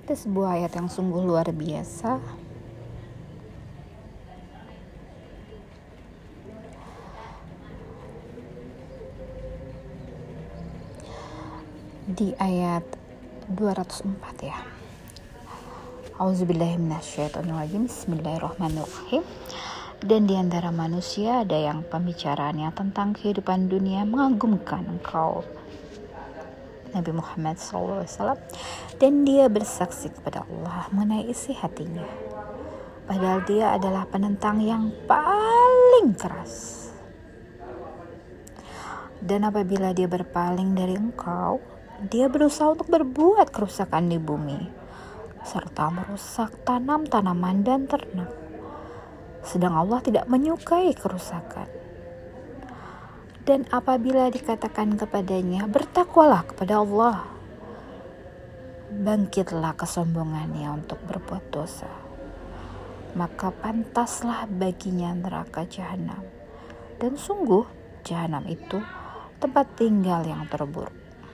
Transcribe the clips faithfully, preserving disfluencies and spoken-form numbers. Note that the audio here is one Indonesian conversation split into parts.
Ada sebuah ayat yang sungguh luar biasa. Di ayat dua ratus empat ya. Auzubillahiminasyaitonirrajim. Bismillahirrahmanirrahim. Dan di antara manusia ada yang pembicaraannya tentang kehidupan dunia mengagumkan engkau, Nabi Muhammad shallallahu alaihi wasallam, dan dia bersaksi kepada Allah mengenai isi hatinya, padahal dia adalah penentang yang paling keras. Dan apabila dia berpaling dari engkau, dia berusaha untuk berbuat kerusakan di bumi, serta merusak tanam-tanaman dan ternak. Sedang Allah tidak menyukai kerusakan. Dan apabila dikatakan kepadanya, bertakwalah kepada Allah, bangkitlah kesombongannya untuk berbuat dosa, maka pantaslah baginya neraka jahanam. Dan sungguh jahanam itu tempat tinggal yang terburuk.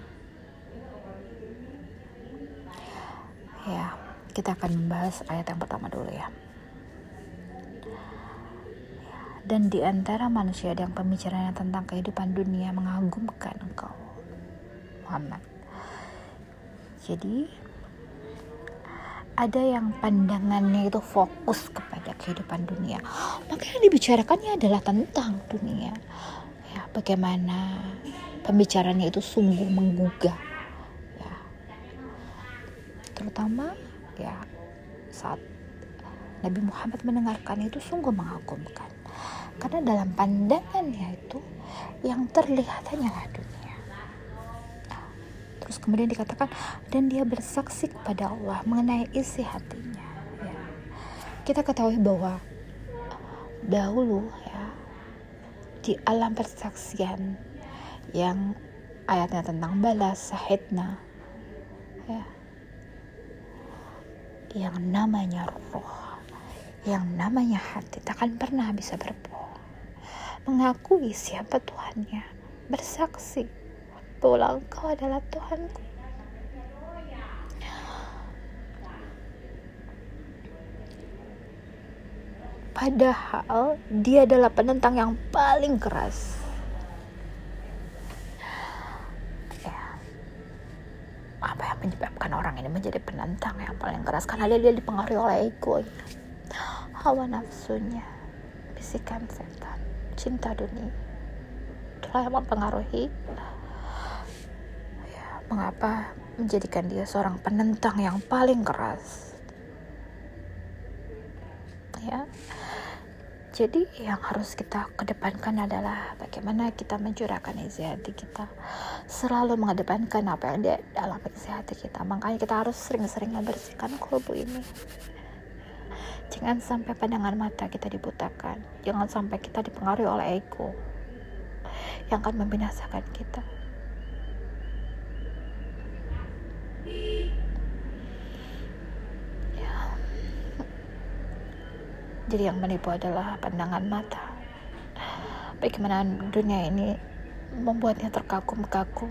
Ya, kita akan membahas ayat yang pertama dulu ya. Dan di antara manusia ada yang pembicaranya tentang kehidupan dunia mengagumkan engkau, Muhammad. Jadi ada yang pandangannya itu fokus kepada kehidupan dunia, maka yang dibicarakannya adalah tentang dunia. Ya, bagaimana pembicaranya itu sungguh menggugah, ya, terutama ya saat Nabi Muhammad mendengarkan itu sungguh mengagumkan. Karena dalam pandangannya itu yang terlihat hanyalah dunia. Terus kemudian dikatakan, dan dia bersaksi kepada Allah mengenai isi hatinya. Ya. Kita ketahui bahwa dahulu ya di alam persaksian yang ayatnya tentang balas sahidna, ya, yang namanya roh, yang namanya hati takkan pernah bisa berbohong, mengakui siapa Tuhannya, bersaksi bahwa engkau adalah Tuhanku. Padahal dia adalah penentang yang paling keras. Ya. Apa yang menyebabkan orang ini menjadi penentang yang paling keras? Karena dia, dia dipengaruhi oleh ego, hawa nafsunya, bisikan setan, cinta dunia. Itulah yang mempengaruhi ya, mengapa menjadikan dia seorang penentang yang paling keras. Ya, jadi yang harus kita kedepankan adalah bagaimana kita mencurahkan isi hati kita, selalu mengedepankan apa yang ada dalam isi hati kita. Makanya kita harus sering-sering membersihkan kolbu ini. Jangan sampai pandangan mata kita dibutakan. Jangan sampai kita dipengaruhi oleh ego yang akan membinasakan kita. Ya. Jadi yang menipu adalah pandangan mata. Bagaimana dunia ini membuatnya terkagum-kagum.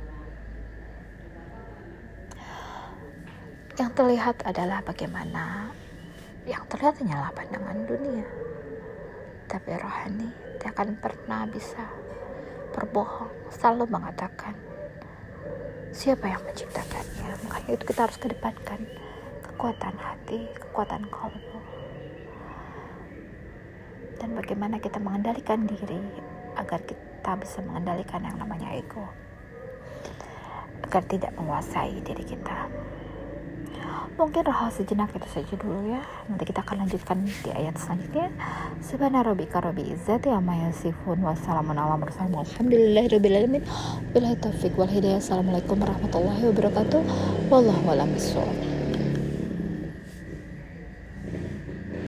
Yang terlihat adalah bagaimana yang terlihat hanyalah pandangan dunia, tapi rohani tidak akan pernah bisa berbohong, selalu mengatakan siapa yang menciptakannya. Makanya itu kita harus kedepankan kekuatan hati, kekuatan kalbu, dan bagaimana kita mengendalikan diri agar kita bisa mengendalikan yang namanya ego, agar tidak menguasai diri kita. Mungkin rahas sejenak itu saja dulu ya. Nanti kita akan lanjutkan di ayat selanjutnya. Subhana rabbika rabbil izzati amma yasifun wa salamun ala mursalin walhamdulillahirabbil alamin. Billahi taufiq wal hidayah. Assalamualaikum warahmatullahi wabarakatuh. Wallahu a'lam bishawab.